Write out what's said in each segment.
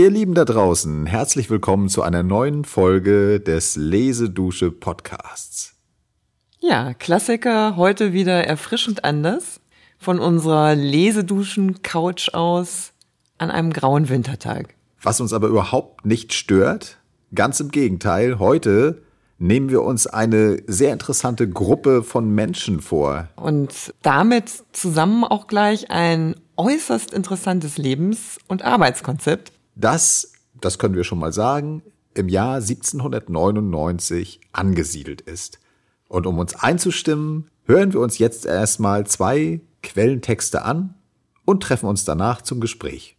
Ihr Lieben da draußen, herzlich willkommen zu einer neuen Folge des Lesedusche Podcasts. Ja, Klassiker heute wieder erfrischend anders. Von unserer Leseduschen-Couch aus an einem grauen Wintertag. Was uns aber überhaupt nicht stört, ganz im Gegenteil, heute nehmen wir uns eine sehr interessante Gruppe von Menschen vor. Und damit zusammen auch gleich ein äußerst interessantes Lebens- und Arbeitskonzept. Das können wir schon mal sagen, im Jahr 1799 angesiedelt ist. Und um uns einzustimmen, hören wir uns jetzt erstmal 2 Quellentexte an und treffen uns danach zum Gespräch.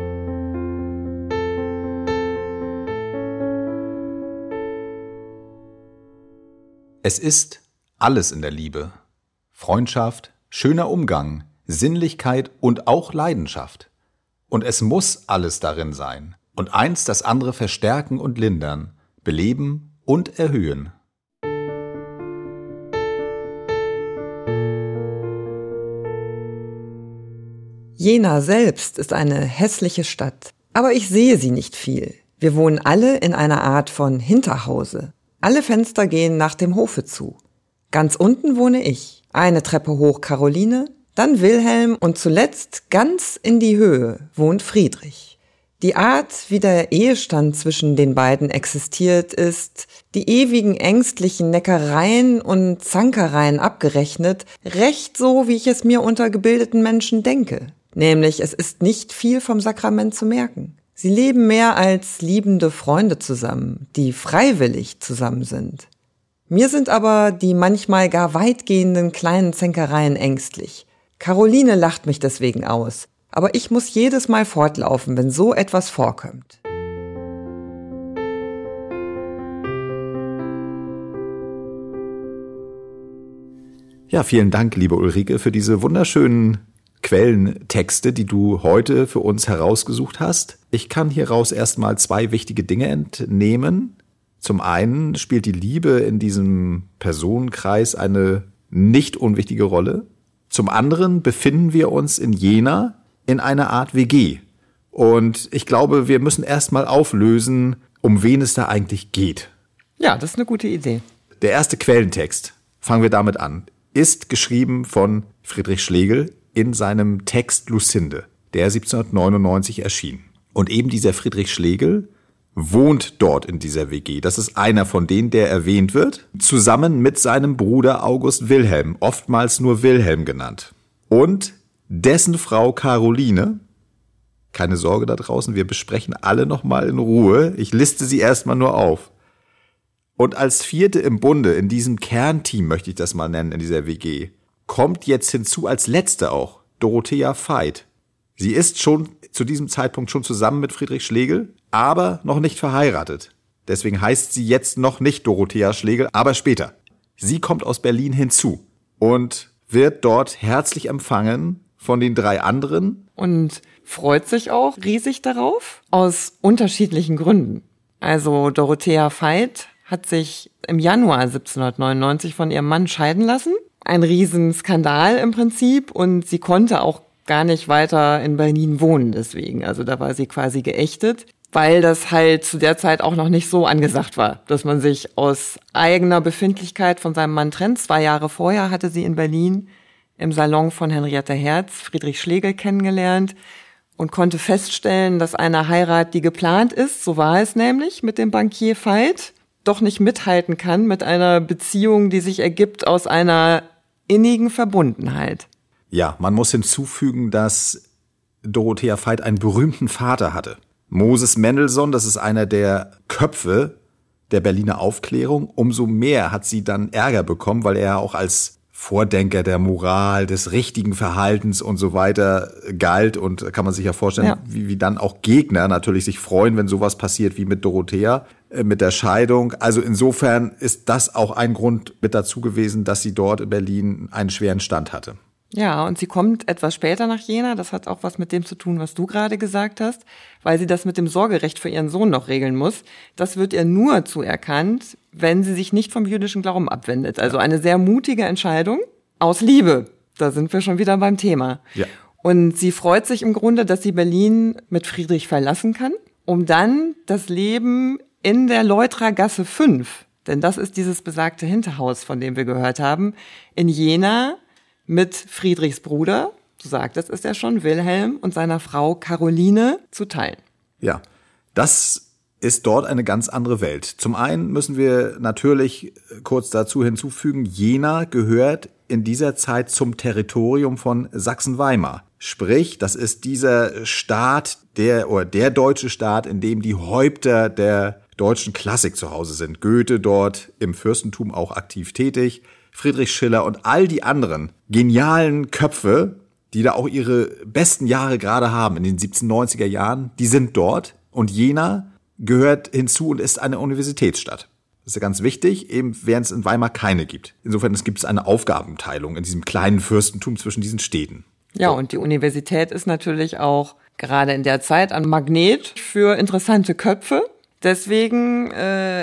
Es ist alles in der Liebe. Freundschaft, schöner Umgang, Sinnlichkeit und auch Leidenschaft. Und es muss alles darin sein und eins das andere verstärken und lindern, beleben und erhöhen. Jena selbst ist eine hässliche Stadt, aber ich sehe sie nicht viel. Wir wohnen alle in einer Art von Hinterhause. Alle Fenster gehen nach dem Hofe zu. Ganz unten wohne ich, eine Treppe hoch Caroline, dann Wilhelm und zuletzt ganz in die Höhe wohnt Friedrich. Die Art, wie der Ehestand zwischen den beiden existiert, ist, die ewigen ängstlichen Neckereien und Zankereien abgerechnet, recht so, wie ich es mir unter gebildeten Menschen denke. Nämlich, es ist nicht viel vom Sakrament zu merken. Sie leben mehr als liebende Freunde zusammen, die freiwillig zusammen sind. Mir sind aber die manchmal gar weitgehenden kleinen Zänkereien ängstlich. Caroline lacht mich deswegen aus, aber ich muss jedes Mal fortlaufen, wenn so etwas vorkommt. Ja, vielen Dank, liebe Ulrike, für diese wunderschönen Quellentexte, die du heute für uns herausgesucht hast. Ich kann hieraus erstmal 2 wichtige Dinge entnehmen. Zum einen spielt die Liebe in diesem Personenkreis eine nicht unwichtige Rolle. Zum anderen befinden wir uns in Jena in einer Art WG. Und ich glaube, wir müssen erstmal auflösen, um wen es da eigentlich geht. Ja, das ist eine gute Idee. Der erste Quellentext, fangen wir damit an, ist geschrieben von Friedrich Schlegel in seinem Text Lucinde, der 1799 erschien. Und eben dieser Friedrich Schlegel wohnt dort in dieser WG. Das ist einer von denen, der erwähnt wird, zusammen mit seinem Bruder August Wilhelm, oftmals nur Wilhelm genannt. Und dessen Frau Caroline, keine Sorge da draußen, wir besprechen alle nochmal in Ruhe, ich liste sie erstmal nur auf. Und als 4. im Bunde, in diesem Kernteam möchte ich das mal nennen, in dieser WG, kommt jetzt hinzu als letzte auch Dorothea Veit. Sie ist schon zu diesem Zeitpunkt schon zusammen mit Friedrich Schlegel, aber noch nicht verheiratet. Deswegen heißt sie jetzt noch nicht Dorothea Schlegel, aber später. Sie kommt aus Berlin hinzu und wird dort herzlich empfangen von den 3 anderen. Und freut sich auch riesig darauf, aus unterschiedlichen Gründen. Also Dorothea Veit hat sich im Januar 1799 von ihrem Mann scheiden lassen. Ein Riesenskandal im Prinzip und sie konnte auch gar nicht weiter in Berlin wohnen deswegen. Also da war sie quasi geächtet, weil das halt zu der Zeit auch noch nicht so angesagt war, dass man sich aus eigener Befindlichkeit von seinem Mann trennt. 2 Jahre vorher hatte sie in Berlin im Salon von Henriette Herz Friedrich Schlegel kennengelernt und konnte feststellen, dass eine Heirat, die geplant ist, so war es nämlich mit dem Bankier Veit, doch nicht mithalten kann mit einer Beziehung, die sich ergibt aus einer innigen Verbundenheit. Ja, man muss hinzufügen, dass Dorothea Veit einen berühmten Vater hatte. Moses Mendelssohn, das ist einer der Köpfe der Berliner Aufklärung. Umso mehr hat sie dann Ärger bekommen, weil er auch als Vordenker der Moral, des richtigen Verhaltens und so weiter galt. Und da kann man sich ja vorstellen, ja, wie dann auch Gegner natürlich sich freuen, wenn sowas passiert wie mit Dorothea, mit der Scheidung. Also insofern ist das auch ein Grund mit dazu gewesen, dass sie dort in Berlin einen schweren Stand hatte. Ja, und sie kommt etwas später nach Jena. Das hat auch was mit dem zu tun, was du gerade gesagt hast, weil sie das mit dem Sorgerecht für ihren Sohn noch regeln muss. Das wird ihr nur zuerkannt, wenn sie sich nicht vom jüdischen Glauben abwendet. Also eine sehr mutige Entscheidung aus Liebe. Da sind wir schon wieder beim Thema. Ja. Und sie freut sich im Grunde, dass sie Berlin mit Friedrich verlassen kann um dann das Leben in der Leutragasse 5, denn das ist dieses besagte Hinterhaus, von dem wir gehört haben, in Jena mit Friedrichs Bruder, du sagtest es ja schon, Wilhelm und seiner Frau Caroline zu teilen. Ja, das ist dort eine ganz andere Welt. Zum einen müssen wir natürlich kurz dazu hinzufügen, Jena gehört in dieser Zeit zum Territorium von Sachsen-Weimar. Sprich, das ist dieser Staat, der deutsche Staat, in dem die Häupter der deutschen Klassik zu Hause sind. Goethe dort im Fürstentum auch aktiv tätig, Friedrich Schiller und all die anderen genialen Köpfe, die da auch ihre besten Jahre gerade haben in den 1790er Jahren, die sind dort. Und Jena gehört hinzu und ist eine Universitätsstadt. Das ist ja ganz wichtig, eben während es in Weimar keine gibt. Insofern gibt es eine Aufgabenteilung in diesem kleinen Fürstentum zwischen diesen Städten. Ja, und die Universität ist natürlich auch gerade in der Zeit ein Magnet für interessante Köpfe. Deswegen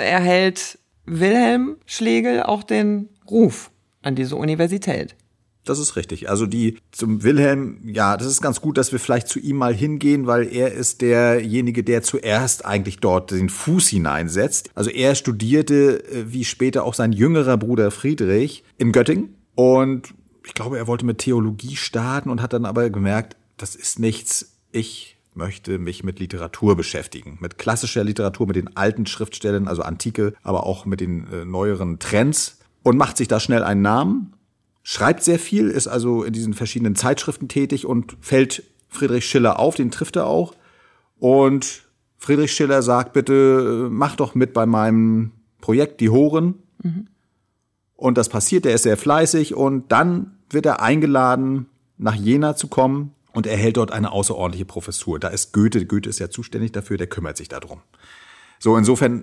erhält Wilhelm Schlegel auch den Ruf an diese Universität. Das ist richtig. Also zum Wilhelm, ja, das ist ganz gut, dass wir vielleicht zu ihm mal hingehen, weil er ist derjenige, der zuerst eigentlich dort den Fuß hineinsetzt. Also er studierte, wie später auch sein jüngerer Bruder Friedrich, in Göttingen. Und ich glaube, er wollte mit Theologie starten und hat dann aber gemerkt, das ist nichts. Ich möchte mich mit Literatur beschäftigen. Mit klassischer Literatur, mit den alten Schriftstellern, also Antike, aber auch mit den neueren Trends. Und macht sich da schnell einen Namen. Schreibt sehr viel, ist also in diesen verschiedenen Zeitschriften tätig und fällt Friedrich Schiller auf, den trifft er auch. Und Friedrich Schiller sagt, bitte mach doch mit bei meinem Projekt Die Horen. Mhm. Und das passiert, er ist sehr fleißig und dann wird er eingeladen, nach Jena zu kommen und erhält dort eine außerordentliche Professur. Da ist Goethe ist ja zuständig dafür, der kümmert sich darum. So, insofern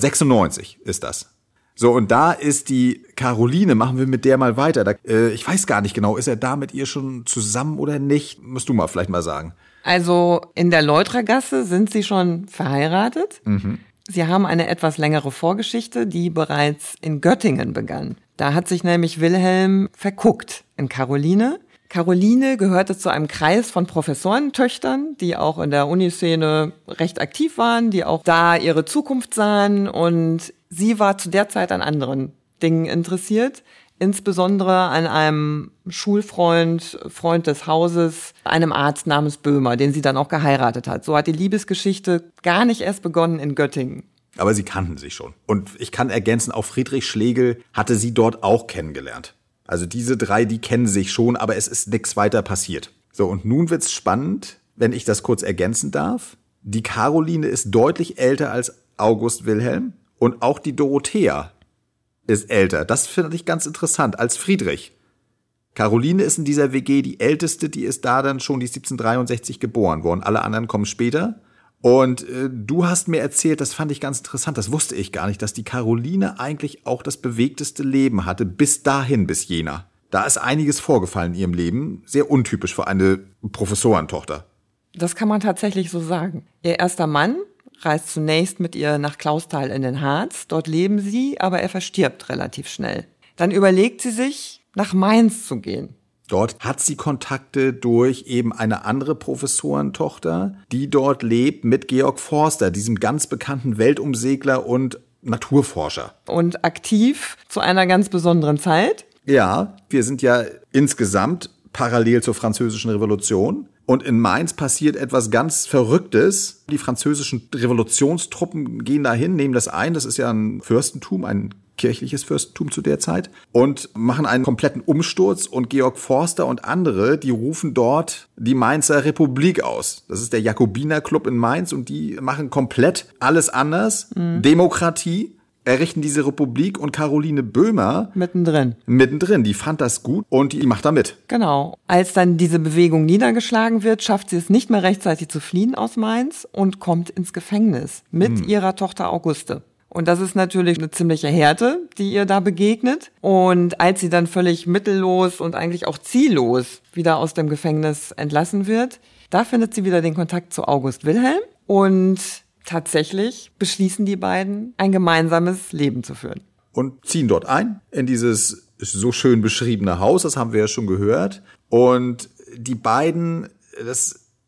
1796 ist das. So, und da ist die Caroline, machen wir mit der mal weiter. Ich weiß gar nicht genau, ist er da mit ihr schon zusammen oder nicht? Musst du mal vielleicht mal sagen. Also in der Leutragasse sind sie schon verheiratet. Mhm. Sie haben eine etwas längere Vorgeschichte, die bereits in Göttingen begann. Da hat sich nämlich Wilhelm verguckt in Caroline. Caroline gehörte zu einem Kreis von Professorentöchtern, die auch in der Uniszene recht aktiv waren, die auch da ihre Zukunft sahen, und sie war zu der Zeit an anderen Dingen interessiert, insbesondere an einem Schulfreund, Freund des Hauses, einem Arzt namens Böhmer, den sie dann auch geheiratet hat. So hat die Liebesgeschichte gar nicht erst begonnen in Göttingen. Aber sie kannten sich schon. Und ich kann ergänzen, auch Friedrich Schlegel hatte sie dort auch kennengelernt. Also diese drei, die kennen sich schon, aber es ist nichts weiter passiert. So, und nun wird's spannend, wenn ich das kurz ergänzen darf. Die Caroline ist deutlich älter als August Wilhelm und auch die Dorothea ist älter. Das finde ich ganz interessant, als Friedrich. Caroline ist in dieser WG die älteste, die ist da dann schon, die ist 1763 geboren worden. Alle anderen kommen später. Und du hast mir erzählt, das fand ich ganz interessant, das wusste ich gar nicht, dass die Caroline eigentlich auch das bewegteste Leben hatte, bis dahin, bis Jena. Da ist einiges vorgefallen in ihrem Leben, sehr untypisch für eine Professorentochter. Das kann man tatsächlich so sagen. Ihr erster Mann reist zunächst mit ihr nach Clausthal in den Harz, dort leben sie, aber er verstirbt relativ schnell. Dann überlegt sie sich, nach Mainz zu gehen. Dort hat sie Kontakte durch eben eine andere Professorentochter, die dort lebt mit Georg Forster, diesem ganz bekannten Weltumsegler und Naturforscher. Und aktiv zu einer ganz besonderen Zeit. Ja, wir sind ja insgesamt parallel zur Französischen Revolution. Und in Mainz passiert etwas ganz Verrücktes. Die französischen Revolutionstruppen gehen dahin, nehmen das ein. Das ist ja ein Fürstentum, ein kirchliches Fürstentum zu der Zeit, und machen einen kompletten Umsturz, und Georg Forster und andere, die rufen dort die Mainzer Republik aus. Das ist der Jakobinerclub in Mainz, und die machen komplett alles anders. Demokratie, errichten diese Republik, und Caroline Böhmer mittendrin, die fand das gut und die macht da mit. Genau. Als dann diese Bewegung niedergeschlagen wird, schafft sie es nicht mehr rechtzeitig zu fliehen aus Mainz und kommt ins Gefängnis mit ihrer Tochter Auguste. Und das ist natürlich eine ziemliche Härte, die ihr da begegnet. Und als sie dann völlig mittellos und eigentlich auch ziellos wieder aus dem Gefängnis entlassen wird, da findet sie wieder den Kontakt zu August Wilhelm. Und tatsächlich beschließen die beiden, ein gemeinsames Leben zu führen. Und ziehen dort ein, in dieses so schön beschriebene Haus, das haben wir ja schon gehört. Und die beiden, das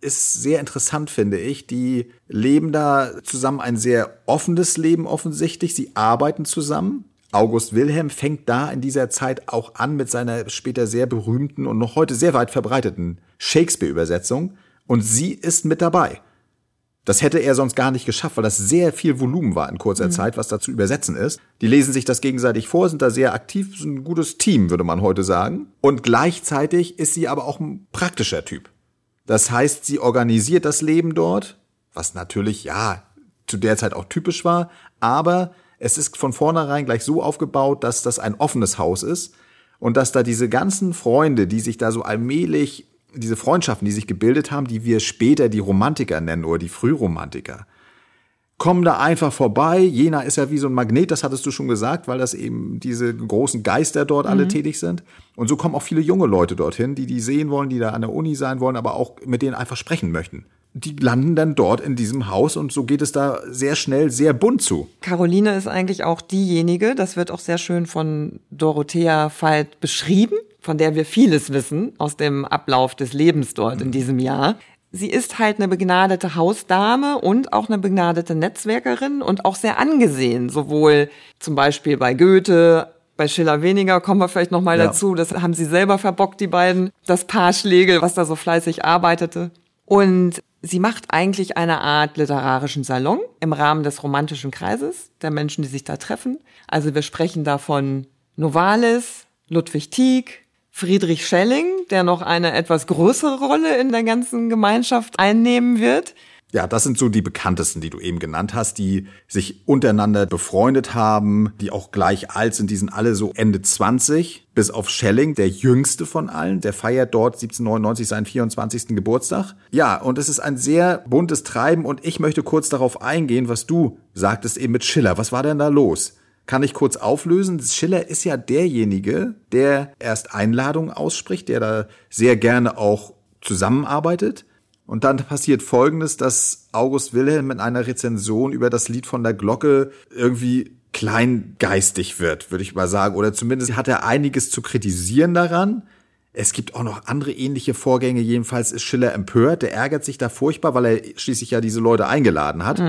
ist sehr interessant, finde ich. Die leben da zusammen ein sehr offenes Leben offensichtlich. Sie arbeiten zusammen. August Wilhelm fängt da in dieser Zeit auch an mit seiner später sehr berühmten und noch heute sehr weit verbreiteten Shakespeare-Übersetzung. Und sie ist mit dabei. Das hätte er sonst gar nicht geschafft, weil das sehr viel Volumen war in kurzer Zeit, was da zu übersetzen ist. Die lesen sich das gegenseitig vor, sind da sehr aktiv, sind ein gutes Team, würde man heute sagen. Und gleichzeitig ist sie aber auch ein praktischer Typ. Das heißt, sie organisiert das Leben dort, was natürlich, ja, zu der Zeit auch typisch war, aber es ist von vornherein gleich so aufgebaut, dass das ein offenes Haus ist und dass da diese ganzen Freunde, die sich da so allmählich, diese Freundschaften, die sich gebildet haben, die wir später die Romantiker nennen oder die Frühromantiker, kommen da einfach vorbei. Jena ist ja wie so ein Magnet, das hattest du schon gesagt, weil das eben diese großen Geister dort alle tätig sind. Und so kommen auch viele junge Leute dorthin, die sehen wollen, die da an der Uni sein wollen, aber auch mit denen einfach sprechen möchten. Die landen dann dort in diesem Haus und so geht es da sehr schnell sehr bunt zu. Caroline ist eigentlich auch diejenige, das wird auch sehr schön von Dorothea Veit beschrieben, von der wir vieles wissen aus dem Ablauf des Lebens dort in diesem Jahr. Sie ist halt eine begnadete Hausdame und auch eine begnadete Netzwerkerin und auch sehr angesehen, sowohl zum Beispiel bei Goethe, bei Schiller weniger, kommen wir vielleicht nochmal dazu, das haben sie selber verbockt, die beiden, das Paar Schlegel, was da so fleißig arbeitete. Und sie macht eigentlich eine Art literarischen Salon im Rahmen des romantischen Kreises der Menschen, die sich da treffen. Also wir sprechen da von Novalis, Ludwig Tieck, Friedrich Schelling, der noch eine etwas größere Rolle in der ganzen Gemeinschaft einnehmen wird. Ja, das sind so die bekanntesten, die du eben genannt hast, die sich untereinander befreundet haben, die auch gleich alt sind. Die sind alle so Ende 20, bis auf Schelling, der jüngste von allen. Der feiert dort 1799 seinen 24. Geburtstag. Ja, und es ist ein sehr buntes Treiben und ich möchte kurz darauf eingehen, was du sagtest eben mit Schiller. Was war denn da los? Kann ich kurz auflösen? Schiller ist ja derjenige, der erst Einladungen ausspricht, der da sehr gerne auch zusammenarbeitet. Und dann passiert Folgendes, dass August Wilhelm in einer Rezension über das Lied von der Glocke irgendwie kleingeistig wird, würde ich mal sagen. Oder zumindest hat er einiges zu kritisieren daran. Es gibt auch noch andere ähnliche Vorgänge. Jedenfalls ist Schiller empört. Der ärgert sich da furchtbar, weil er schließlich ja diese Leute eingeladen hat.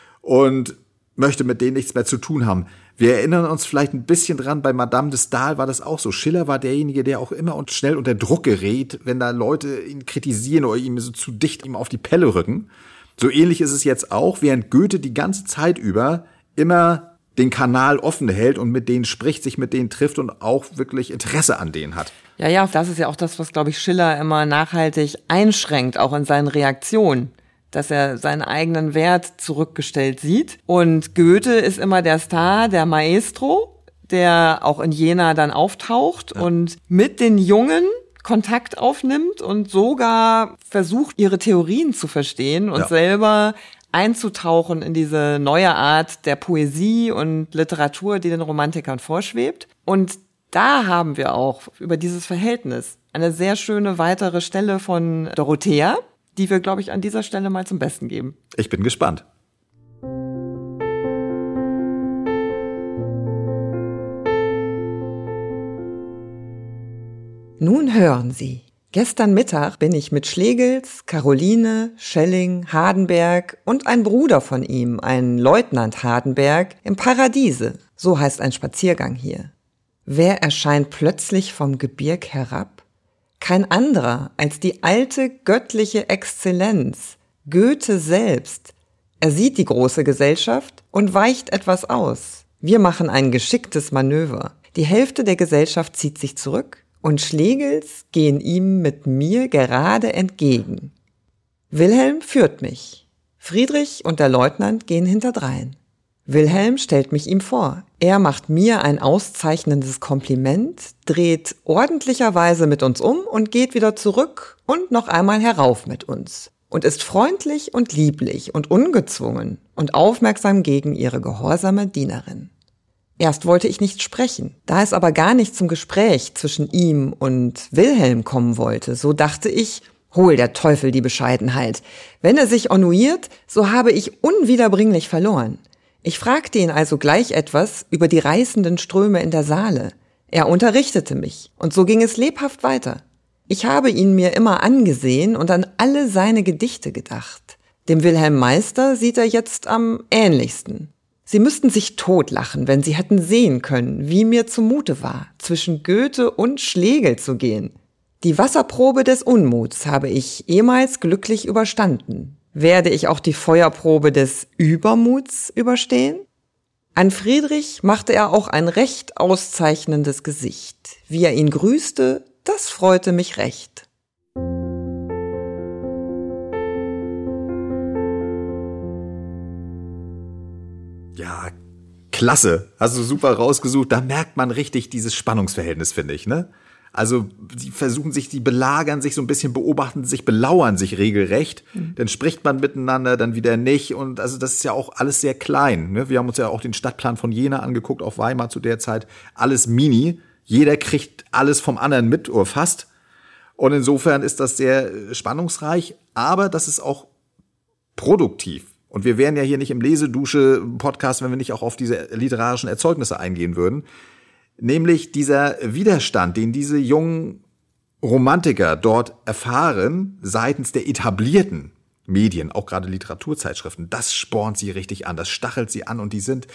Und möchte mit denen nichts mehr zu tun haben. Wir erinnern uns vielleicht ein bisschen dran, bei Madame de Staël war das auch so. Schiller war derjenige, der auch immer und schnell unter Druck gerät, wenn da Leute ihn kritisieren oder ihm so zu dicht ihm auf die Pelle rücken. So ähnlich ist es jetzt auch, während Goethe die ganze Zeit über immer den Kanal offen hält und mit denen spricht, sich mit denen trifft und auch wirklich Interesse an denen hat. Ja, das ist ja auch das, was, glaube ich, Schiller immer nachhaltig einschränkt, auch in seinen Reaktionen, dass er seinen eigenen Wert zurückgestellt sieht. Und Goethe ist immer der Star, der Maestro, der auch in Jena dann auftaucht und mit den Jungen Kontakt aufnimmt und sogar versucht, ihre Theorien zu verstehen und selber einzutauchen in diese neue Art der Poesie und Literatur, die den Romantikern vorschwebt. Und da haben wir auch über dieses Verhältnis eine sehr schöne weitere Stelle von Dorothea, die wir, glaube ich, an dieser Stelle mal zum Besten geben. Ich bin gespannt. Nun hören Sie. Gestern Mittag bin ich mit Schlegels, Caroline, Schelling, Hardenberg und ein Bruder von ihm, ein Leutnant Hardenberg, im Paradiese. So heißt ein Spaziergang hier. Wer erscheint plötzlich vom Gebirg herab? Kein anderer als die alte göttliche Exzellenz, Goethe selbst. Er sieht die große Gesellschaft und weicht etwas aus. Wir machen ein geschicktes Manöver. Die Hälfte der Gesellschaft zieht sich zurück und Schlegels gehen ihm mit mir gerade entgegen. Wilhelm führt mich. Friedrich und der Leutnant gehen hinterdrein. Wilhelm stellt mich ihm vor. Er macht mir ein auszeichnendes Kompliment, dreht ordentlicherweise mit uns um und geht wieder zurück und noch einmal herauf mit uns und ist freundlich und lieblich und ungezwungen und aufmerksam gegen ihre gehorsame Dienerin. Erst wollte ich nicht sprechen, da es aber gar nicht zum Gespräch zwischen ihm und Wilhelm kommen wollte, so dachte ich, hol der Teufel die Bescheidenheit. Wenn er sich ennuiert, so habe ich unwiederbringlich verloren. Ich fragte ihn also gleich etwas über die reißenden Ströme in der Saale. Er unterrichtete mich, und so ging es lebhaft weiter. Ich habe ihn mir immer angesehen und an alle seine Gedichte gedacht. Dem Wilhelm Meister sieht er jetzt am ähnlichsten. Sie müssten sich totlachen, wenn sie hätten sehen können, wie mir zumute war, zwischen Goethe und Schlegel zu gehen. Die Wasserprobe des Unmuts habe ich ehemals glücklich überstanden. Werde ich auch die Feuerprobe des Übermuts überstehen? An Friedrich machte er auch ein recht auszeichnendes Gesicht. Wie er ihn grüßte, das freute mich recht. Ja, klasse. Hast du super rausgesucht. Da merkt man richtig dieses Spannungsverhältnis, finde ich, ne? Also, die belagern sich so ein bisschen, beobachten sich, belauern sich regelrecht. Dann spricht man miteinander, dann wieder nicht. Und also, das ist ja auch alles sehr klein, ne? Wir haben uns ja auch den Stadtplan von Jena angeguckt, auf Weimar zu der Zeit. Alles mini. Jeder kriegt alles vom anderen mit, oder fast. Und insofern ist das sehr spannungsreich. Aber das ist auch produktiv. Und wir wären ja hier nicht im Lesedusche-Podcast, wenn wir nicht auch auf diese literarischen Erzeugnisse eingehen würden. Nämlich dieser Widerstand, den diese jungen Romantiker dort erfahren, seitens der etablierten Medien, auch gerade Literaturzeitschriften, das spornt sie richtig an, das stachelt sie an und die sind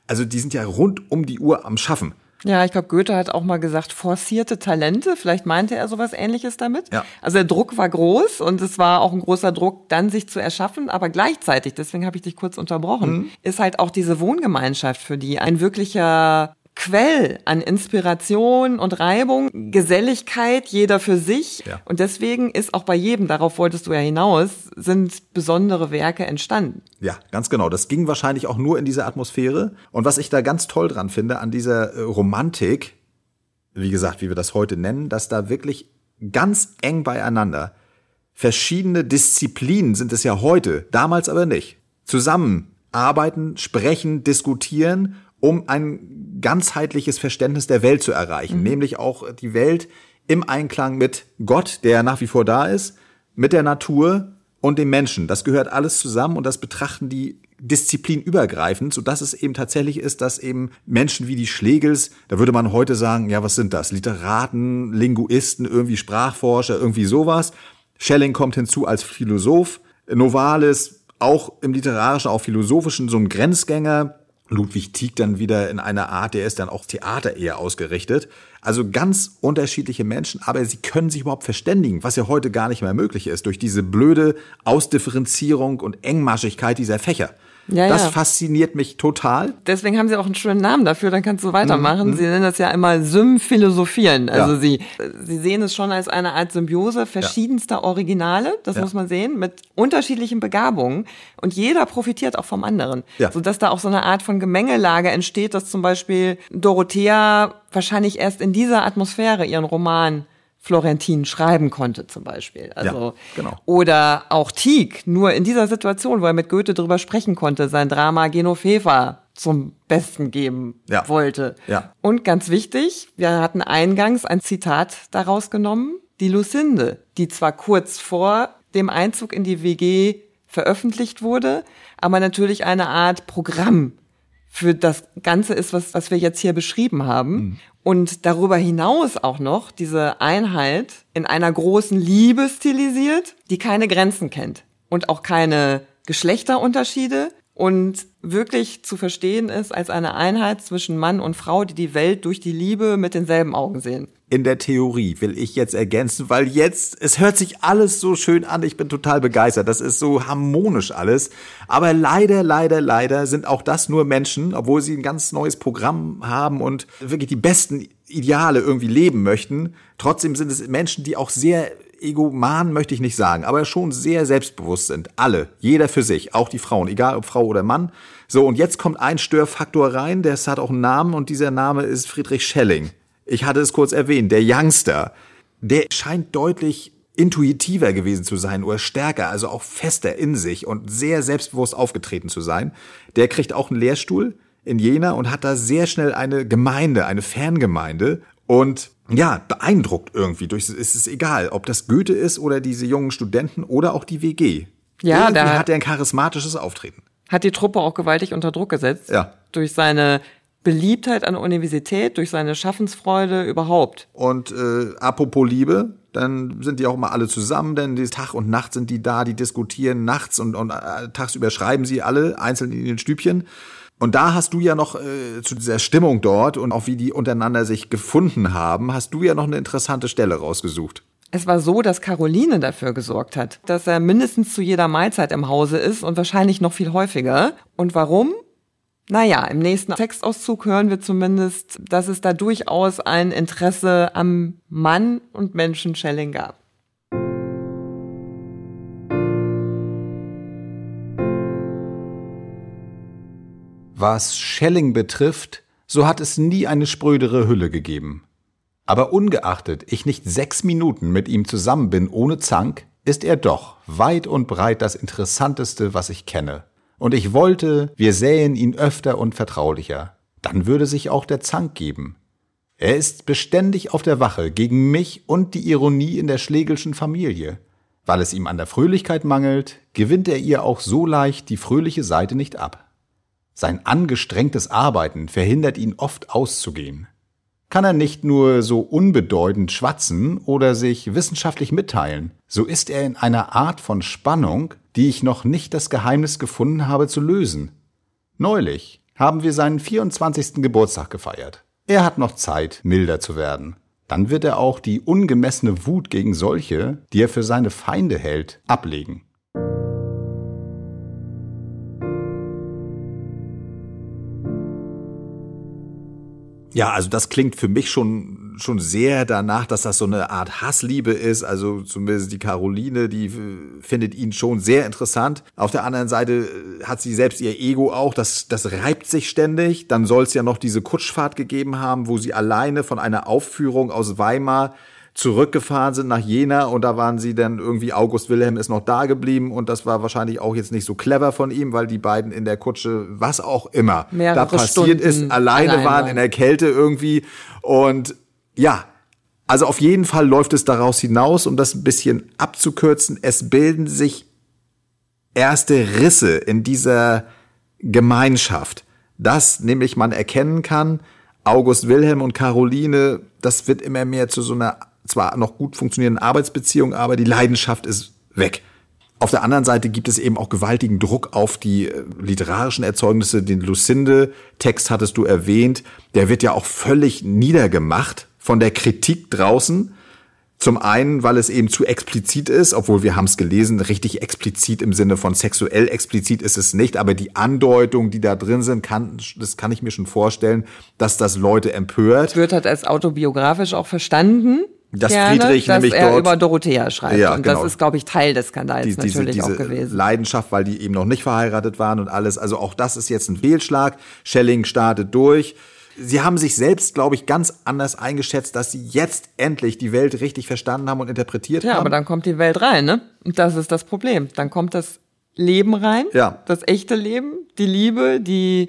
ja rund um die Uhr am Schaffen. Ja, ich glaube, Goethe hat auch mal gesagt, forcierte Talente. Vielleicht meinte er sowas Ähnliches damit. Ja. Also der Druck war groß und es war auch ein großer Druck, dann sich zu erschaffen. Aber gleichzeitig, deswegen habe ich dich kurz unterbrochen, ist halt auch diese Wohngemeinschaft für die ein wirklicher Quell an Inspiration und Reibung, Geselligkeit, jeder für sich. Ja. Und deswegen ist auch bei jedem, darauf wolltest du ja hinaus, sind besondere Werke entstanden. Ja, ganz genau. Das ging wahrscheinlich auch nur in dieser Atmosphäre. Und was ich da ganz toll dran finde, an dieser Romantik, wie gesagt, wie wir das heute nennen, dass da wirklich ganz eng beieinander verschiedene Disziplinen sind es ja heute, damals aber nicht. Zusammenarbeiten, sprechen, diskutieren, um ein ganzheitliches Verständnis der Welt zu erreichen. Nämlich auch die Welt im Einklang mit Gott, der nach wie vor da ist, mit der Natur und dem Menschen. Das gehört alles zusammen und das betrachten die disziplinübergreifend, sodass es eben tatsächlich ist, dass eben Menschen wie die Schlegels, da würde man heute sagen, ja, was sind das? Literaten, Linguisten, irgendwie Sprachforscher, irgendwie sowas. Schelling kommt hinzu als Philosoph. Novalis auch im literarischen, auch philosophischen, so ein Grenzgänger. Ludwig Tieck dann wieder in einer Art, der ist dann auch Theater eher ausgerichtet. Also ganz unterschiedliche Menschen, aber sie können sich überhaupt verständigen, was ja heute gar nicht mehr möglich ist, durch diese blöde Ausdifferenzierung und Engmaschigkeit dieser Fächer. Ja, das ja. fasziniert mich total. Deswegen haben sie auch einen schönen Namen dafür, dann kannst du weitermachen. Sie nennen das ja immer Symphilosophieren. Also sie sehen es schon als eine Art Symbiose verschiedenster Originale, das muss man sehen, mit unterschiedlichen Begabungen. Und jeder profitiert auch vom anderen. Ja. Sodass da auch so eine Art von Gemengelage entsteht, dass zum Beispiel Dorothea wahrscheinlich erst in dieser Atmosphäre ihren Roman Florentin schreiben konnte zum Beispiel. Also, ja, genau. Oder auch Tieck, nur in dieser Situation, wo er mit Goethe drüber sprechen konnte, sein Drama Genoveva zum Besten geben wollte. Ja. Und ganz wichtig, wir hatten eingangs ein Zitat daraus genommen, die Lucinde, die zwar kurz vor dem Einzug in die WG veröffentlicht wurde, aber natürlich eine Art Programm für das Ganze ist, was wir jetzt hier beschrieben haben. Und darüber hinaus auch noch diese Einheit in einer großen Liebe stilisiert, die keine Grenzen kennt und auch keine Geschlechterunterschiede und wirklich zu verstehen ist als eine Einheit zwischen Mann und Frau, die die Welt durch die Liebe mit denselben Augen sehen. In der Theorie will ich jetzt ergänzen, weil jetzt, es hört sich alles so schön an, ich bin total begeistert, das ist so harmonisch alles, aber leider sind auch das nur Menschen, obwohl sie ein ganz neues Programm haben und wirklich die besten Ideale irgendwie leben möchten, trotzdem sind es Menschen, die auch sehr egoman, möchte ich nicht sagen, aber schon sehr selbstbewusst sind, alle, jeder für sich, auch die Frauen, egal ob Frau oder Mann. So, und jetzt kommt ein Störfaktor rein, der hat auch einen Namen und dieser Name ist Friedrich Schelling. Ich hatte es kurz erwähnt, der Youngster, der scheint deutlich intuitiver gewesen zu sein oder stärker, also auch fester in sich und sehr selbstbewusst aufgetreten zu sein. Der kriegt auch einen Lehrstuhl in Jena und hat da sehr schnell eine Gemeinde, eine Fangemeinde und ja, beeindruckt irgendwie. Es ist egal, ob das Goethe ist oder diese jungen Studenten oder auch die WG. Ja, irgendwie hat er ein charismatisches Auftreten. Hat die Truppe auch gewaltig unter Druck gesetzt. Ja. Durch seine Beliebtheit an der Universität, durch seine Schaffensfreude überhaupt. Und apropos Liebe, Dann sind die auch immer alle zusammen, denn Tag und Nacht sind die da, die diskutieren nachts und tagsüber schreiben sie alle einzeln in den Stübchen. Und da hast du ja noch zu dieser Stimmung dort und auch wie die untereinander sich gefunden haben, hast du ja noch eine interessante Stelle rausgesucht. Es war so, dass Caroline dafür gesorgt hat, dass er mindestens zu jeder Mahlzeit im Hause ist und wahrscheinlich noch viel häufiger. Und warum? Naja, im nächsten Textauszug hören wir zumindest, dass es da durchaus ein Interesse am Mann und Menschen Schelling gab. Was Schelling betrifft, so hat es nie eine sprödere Hülle gegeben. Aber ungeachtet ich nicht 6 Minuten mit ihm zusammen bin ohne Zank, ist er doch weit und breit das Interessanteste, was ich kenne. Und ich wollte, wir sähen ihn öfter und vertraulicher. Dann würde sich auch der Zank geben. Er ist beständig auf der Wache gegen mich und die Ironie in der Schlegelschen Familie. Weil es ihm an der Fröhlichkeit mangelt, gewinnt er ihr auch so leicht die fröhliche Seite nicht ab. Sein angestrengtes Arbeiten verhindert ihn oft auszugehen. Kann er nicht nur so unbedeutend schwatzen oder sich wissenschaftlich mitteilen, so ist er in einer Art von Spannung, die ich noch nicht das Geheimnis gefunden habe zu lösen. Neulich haben wir seinen 24. Geburtstag gefeiert. Er hat noch Zeit, milder zu werden. Dann wird er auch die ungemessene Wut gegen solche, die er für seine Feinde hält, ablegen. Ja, also das klingt für mich schon sehr danach, dass das so eine Art Hassliebe ist. Also zumindest die Caroline, die findet ihn schon sehr interessant. Auf der anderen Seite hat sie selbst ihr Ego auch, das reibt sich ständig. Dann soll es ja noch diese Kutschfahrt gegeben haben, wo sie alleine von einer Aufführung aus Weimar zurückgefahren sind nach Jena und da waren sie dann irgendwie, August Wilhelm ist noch da geblieben und das war wahrscheinlich auch jetzt nicht so clever von ihm, weil die beiden in der Kutsche, was auch immer da passiert Stunden ist, alleine waren in der Kälte irgendwie und ja, also auf jeden Fall läuft es daraus hinaus, um das ein bisschen abzukürzen, es bilden sich erste Risse in dieser Gemeinschaft, dass nämlich man erkennen kann, August Wilhelm und Caroline, das wird immer mehr zu so einer zwar noch gut funktionierenden Arbeitsbeziehung, aber die Leidenschaft ist weg. Auf der anderen Seite gibt es eben auch gewaltigen Druck auf die literarischen Erzeugnisse. Den Lucinde-Text hattest du erwähnt, der wird ja auch völlig niedergemacht von der Kritik draußen. Zum einen, weil es eben zu explizit ist, obwohl wir haben es gelesen, richtig explizit im Sinne von sexuell explizit ist es nicht, aber die Andeutungen, die da drin sind, das kann ich mir schon vorstellen, dass das Leute empört. Wird halt als autobiografisch auch verstanden. Dass gerne, Friedrich dass nämlich er dort über Dorothea schreibt. Ja, und genau. Das ist, glaube ich, Teil des Skandals natürlich auch gewesen. Diese Leidenschaft, weil die eben noch nicht verheiratet waren und alles. Also auch das ist jetzt ein Fehlschlag. Schelling startet durch. Sie haben sich selbst, glaube ich, ganz anders eingeschätzt, dass sie jetzt endlich die Welt richtig verstanden haben und interpretiert haben. Ja, aber dann kommt die Welt rein, ne? Und das ist das Problem. Dann kommt das Leben rein, das echte Leben, die Liebe, die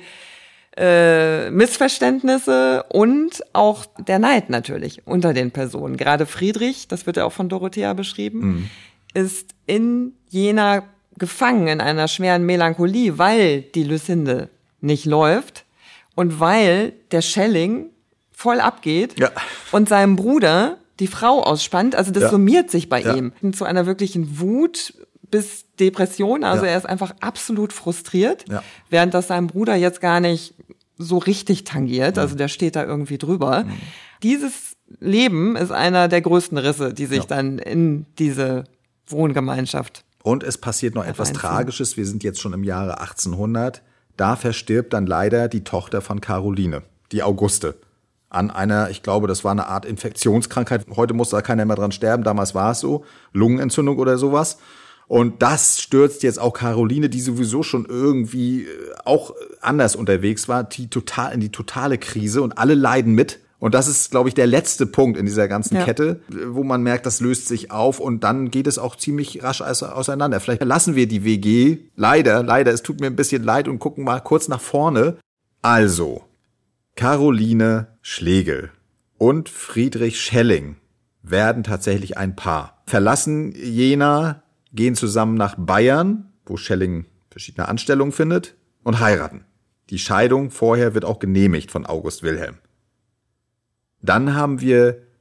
Missverständnisse und auch der Neid natürlich unter den Personen. Gerade Friedrich, das wird ja auch von Dorothea beschrieben, ist in Jena gefangen in einer schweren Melancholie, weil die Lucinde nicht läuft und weil der Schelling voll abgeht und seinem Bruder die Frau ausspannt. Also das summiert sich bei ihm zu einer wirklichen Wut bis Depression. Also er ist einfach absolut frustriert, während das seinem Bruder jetzt gar nicht so richtig tangiert. Also der steht da irgendwie drüber. Dieses Leben ist einer der größten Risse, die sich dann in diese Wohngemeinschaft. Und es passiert noch etwas Tragisches. Wir sind jetzt schon im Jahre 1800. Da verstirbt dann leider die Tochter von Caroline, die Auguste, an einer, ich glaube, das war eine Art Infektionskrankheit. Heute muss da keiner mehr dran sterben, damals war es so, Lungenentzündung oder sowas. Und das stürzt jetzt auch Caroline, die sowieso schon irgendwie auch anders unterwegs war, in die totale Krise und alle leiden mit. Und das ist, glaube ich, der letzte Punkt in dieser ganzen Kette, wo man merkt, das löst sich auf und dann geht es auch ziemlich rasch auseinander. Vielleicht lassen wir die WG, leider, es tut mir ein bisschen leid und gucken mal kurz nach vorne. Also, Caroline Schlegel und Friedrich Schelling werden tatsächlich ein Paar. Verlassen Jena, gehen zusammen nach Bayern, wo Schelling verschiedene Anstellungen findet, und heiraten. Die Scheidung vorher wird auch genehmigt von August Wilhelm. Dann haben wir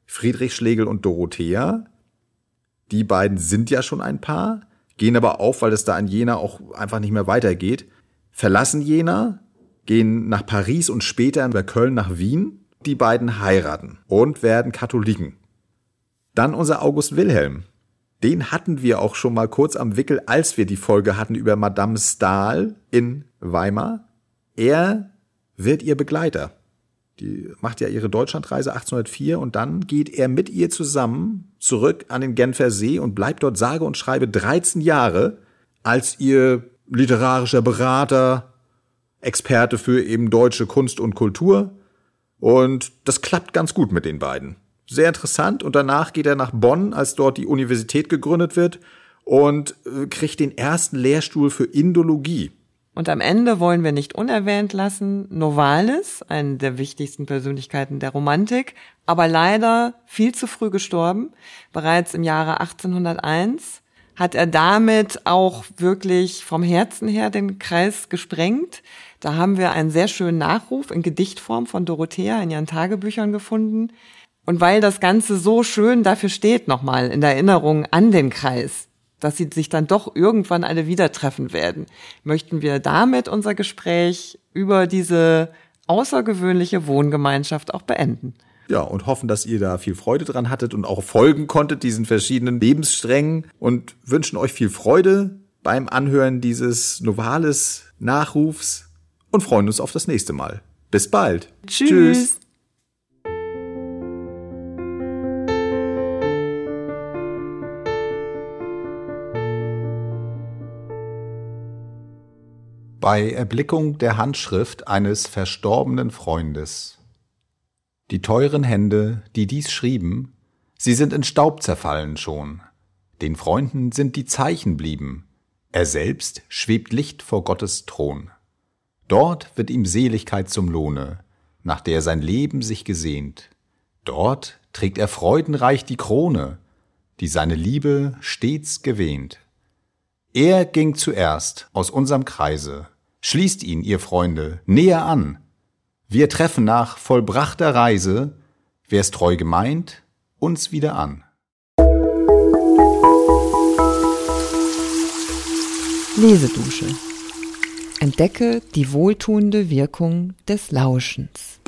Friedrich Schlegel und Dorothea. Die beiden sind ja schon ein Paar, gehen aber auf, weil es da in Jena auch einfach nicht mehr weitergeht, verlassen Jena, gehen nach Paris und später über Köln nach Wien. Die beiden heiraten und werden Katholiken. Dann unser August Wilhelm. Den hatten wir auch schon mal kurz am Wickel, als wir die Folge hatten über Madame Stahl in Weimar. Er wird ihr Begleiter. Die macht ja ihre Deutschlandreise 1804 und dann geht er mit ihr zusammen zurück an den Genfer See und bleibt dort sage und schreibe 13 Jahre als ihr literarischer Berater, Experte für eben deutsche Kunst und Kultur. Und das klappt ganz gut mit den beiden. Sehr interessant. Und danach geht er nach Bonn, als dort die Universität gegründet wird, und kriegt den ersten Lehrstuhl für Indologie. Und am Ende wollen wir nicht unerwähnt lassen Novalis, eine der wichtigsten Persönlichkeiten der Romantik, aber leider viel zu früh gestorben. Bereits im Jahre 1801 hat er damit auch wirklich vom Herzen her den Kreis gesprengt. Da haben wir einen sehr schönen Nachruf in Gedichtform von Dorothea in ihren Tagebüchern gefunden. Und weil das Ganze so schön dafür steht, nochmal in der Erinnerung an den Kreis, dass sie sich dann doch irgendwann alle wieder treffen werden, möchten wir damit unser Gespräch über diese außergewöhnliche Wohngemeinschaft auch beenden. Ja, und hoffen, dass ihr da viel Freude dran hattet und auch folgen konntet diesen verschiedenen Lebenssträngen und wünschen euch viel Freude beim Anhören dieses Novalis-Nachrufs und freuen uns auf das nächste Mal. Bis bald. Tschüss. Bei Erblickung der Handschrift eines verstorbenen Freundes. Die teuren Hände, die dies schrieben, sie sind in Staub zerfallen schon. Den Freunden sind die Zeichen blieben. Er selbst schwebt Licht vor Gottes Thron. Dort wird ihm Seligkeit zum Lohne, nach der sein Leben sich gesehnt. Dort trägt er freudenreich die Krone, die seine Liebe stets gewähnt. Er ging zuerst aus unserem Kreise. Schließt ihn, ihr Freunde, näher an. Wir treffen nach vollbrachter Reise, wer's treu gemeint, uns wieder an. Lesedusche. Entdecke die wohltuende Wirkung des Lauschens.